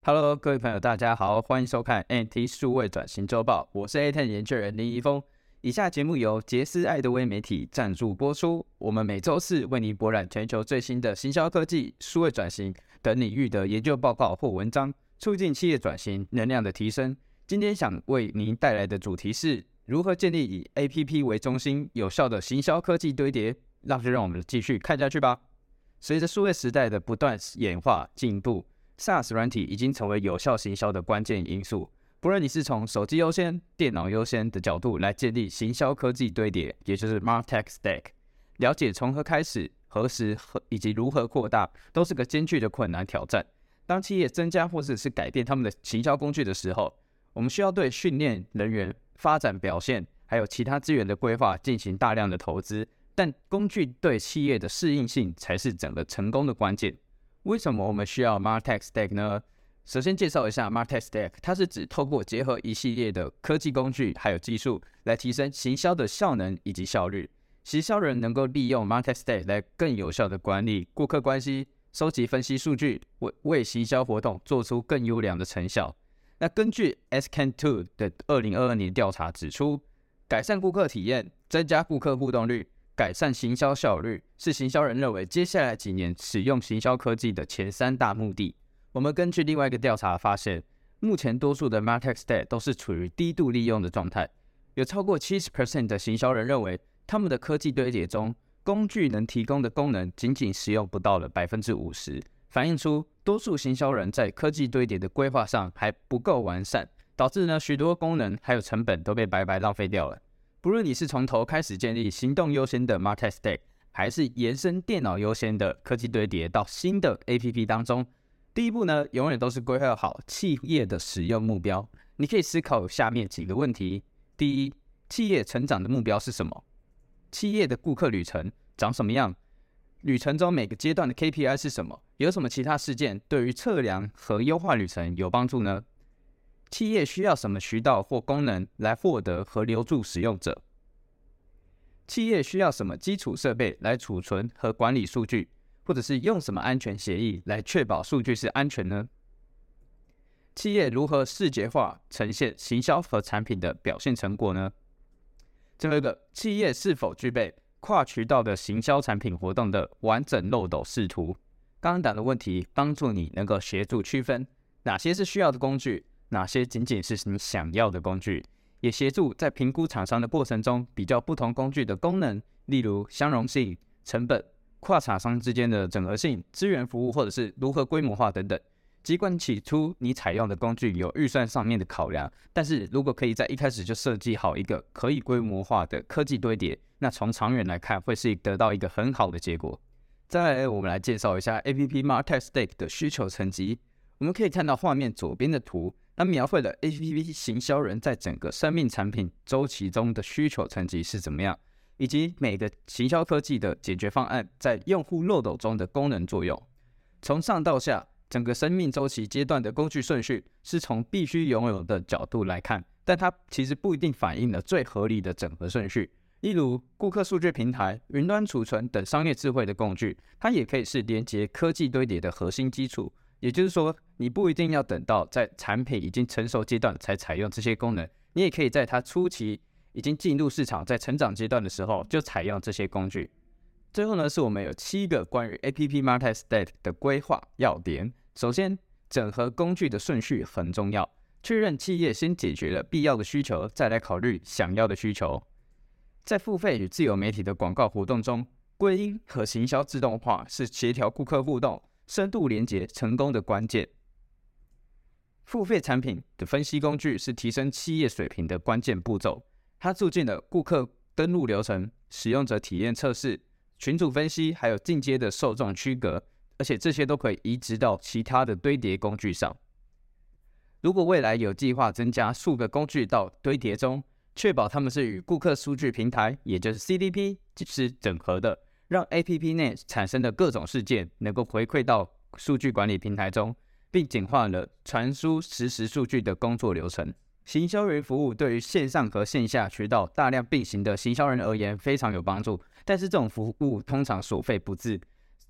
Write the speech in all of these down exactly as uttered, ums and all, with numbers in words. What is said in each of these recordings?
Hello，各位朋友，大家好，欢迎收看 N T 数位转型周报，我是 A T E N 研究员林怡峰。以下节目由杰斯爱德威媒体赞助播出。我们每周四为您博览全球最新的行销科技、数位转型等领域的研究报告或文章，促进企业转型能量的提升。今天想为您带来的主题是如何建立以 A P P 为中心有效的行销科技堆叠。那就让我们继续看下去吧。随着数位时代的不断演化进步，SaaS 软体已经成为有效行销的关键因素。不论你是从手机优先、电脑优先的角度来建立行销科技堆叠，也就是 MarTech Stack， 了解从何开始、何时以及如何扩大，都是个艰巨的困难挑战。当企业增加或者是改变他们的行销工具的时候，我们需要对训练人员、发展表现，还有其他资源的规划进行大量的投资。但工具对企业的适应性才是整个成功的关键。为什么我们需要 MarTech Stack 呢？首先介绍一下 MarTech Stack， 它是指透过结合一系列的科技工具还有技术，来提升行销的效能以及效率。行销人能够利用 MarTech Stack 来更有效的管理顾客关系，收集分析数据，为为行销活动做出更优良的成效。那根据 S C A N 二 的二零二二年调查指出，改善顾客体验、增加顾客互动率、改善行销效率，是行销人认为接下来几年使用行销科技的前三大目的。我们根据另外一个调查发现，目前多数的 MarTech Stack 都是处于低度利用的状态，有超过 百分之七十 的行销人认为，他们的科技堆叠中，工具能提供的功能仅仅使用不到了 百分之五十， 反映出多数行销人在科技堆叠的规划上还不够完善，导致呢许多功能还有成本都被白白浪费掉了。不论你是从头开始建立行动优先的 MarTech Stack， 还是延伸电脑优先的科技堆叠到新的 A P P 当中，第一步呢，永远都是规划好企业的使用目标。你可以思考下面几个问题：第一，企业成长的目标是什么？企业的顾客旅程长什么样？旅程中每个阶段的 K P I 是什么？有什么其他事件对于测量和优化旅程有帮助呢？企业需要什么渠道或功能来获得和留住使用者？企业需要什么基础设备来储存和管理数据，或者是用什么安全协议来确保数据是安全呢？企业如何视觉化呈现行销和产品的表现成果呢？最后一个，企业是否具备跨渠道的行销产品活动的完整漏斗视图？刚刚讲的问题帮助你能够协助区分哪些是需要的工具，哪些仅仅是你想要的工具，也协助在评估厂商的过程中比较不同工具的功能，例如相容性、成本、跨厂商之间的整合性、资源服务，或者是如何规模化等等。尽管起初你采用的工具有预算上面的考量，但是如果可以在一开始就设计好一个可以规模化的科技堆叠，那从长远来看会是得到一个很好的结果。再来，我们来介绍一下 A P P MarTech Stack 的需求层级。我们可以看到画面左边的图，它描绘了 A P P 行销人在整个生命产品周期中的需求层级是怎么样，以及每个行销科技的解决方案在用户漏斗中的功能作用。从上到下，整个生命周期阶段的工具顺序是从必须拥有的角度来看，但它其实不一定反映了最合理的整合顺序。例如，顾客数据平台、云端储存等商业智慧的工具，它也可以是连接科技堆叠的核心基础。也就是说，你不一定要等到在产品已经成熟阶段才采用这些功能，你也可以在它初期已经进入市场，在成长阶段的时候就采用这些工具。最后呢，是我们有七个关于 A P P MarTech Stack 的规划要点。首先，整合工具的顺序很重要，确认企业先解决了必要的需求，再来考虑想要的需求。在付费与自由媒体的广告活动中，归因和行销自动化是协调顾客互动、深度连结成功的关键。付费产品的分析工具是提升企业水平的关键步骤，它促进了顾客登录流程、使用者体验测试、群组分析，还有进阶的受众区隔，而且这些都可以移植到其他的堆叠工具上。如果未来有计划增加数个工具到堆叠中，确保它们是与顾客数据平台，也就是 C D P 是整合的，让 A P P 内产生的各种事件能够回馈到数据管理平台中，并简化了传输实时数据的工作流程。行销云服务对于线上和线下渠道大量并行的行销人而言非常有帮助，但是这种服务通常所费不赀，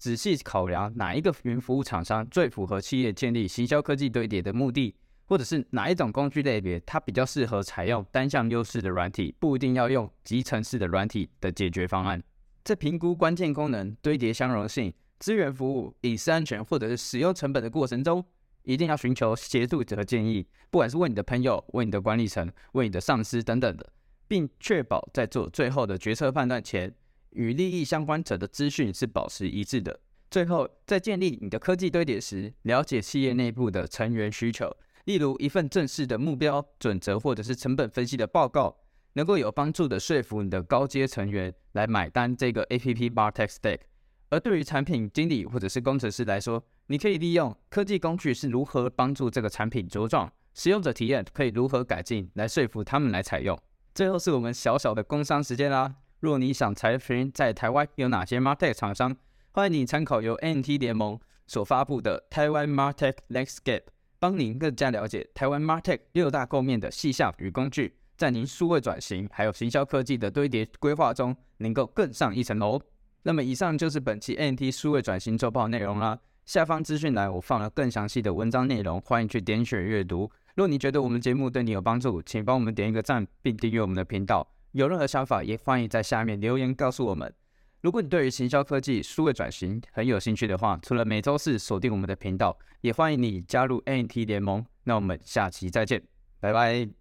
仔细考量哪一个云服务厂商最符合企业建立行销科技堆叠的目的，或者是哪一种工具类别它比较适合采用单项优势的软体，不一定要用集成式的软体的解决方案。在评估关键功能、堆叠相容性、资源服务、隐私安全或者是使用成本的过程中，一定要寻求协助者的建议，不管是为你的朋友、为你的管理层、为你的上司等等的，并确保在做最后的决策判断前，与利益相关者的资讯是保持一致的。最后，在建立你的科技堆叠时，了解企业内部的成员需求，例如一份正式的目标准则或者是成本分析的报告，能够有帮助的说服你的高阶成员来买单这个 A P P MarTech Stack。而对于产品经理或者是工程师来说，你可以利用科技工具是如何帮助这个产品茁壮，使用者体验可以如何改进，来说服他们来采用。最后是我们小小的工商时间啦。若你想查询在台湾有哪些 MarTech 厂商，欢迎你参考由 A N T 联盟所发布的台湾 MarTech Landscape， 帮您更加了解台湾 MarTech 六大构面的细项与工具，在您数位转型还有行销科技的堆叠规划中，能够更上一层楼。那么以上就是本期 A N T 数位转型周报内容啦。下方资讯栏我放了更详细的文章内容，欢迎去点选阅读。若你觉得我们节目对你有帮助，请帮我们点一个赞，并订阅我们的频道。有任何想法，也欢迎在下面留言告诉我们。如果你对于行销科技、数位转型很有兴趣的话，除了每周四锁定我们的频道，也欢迎你加入 A N T 联盟。那我们下期再见，拜拜。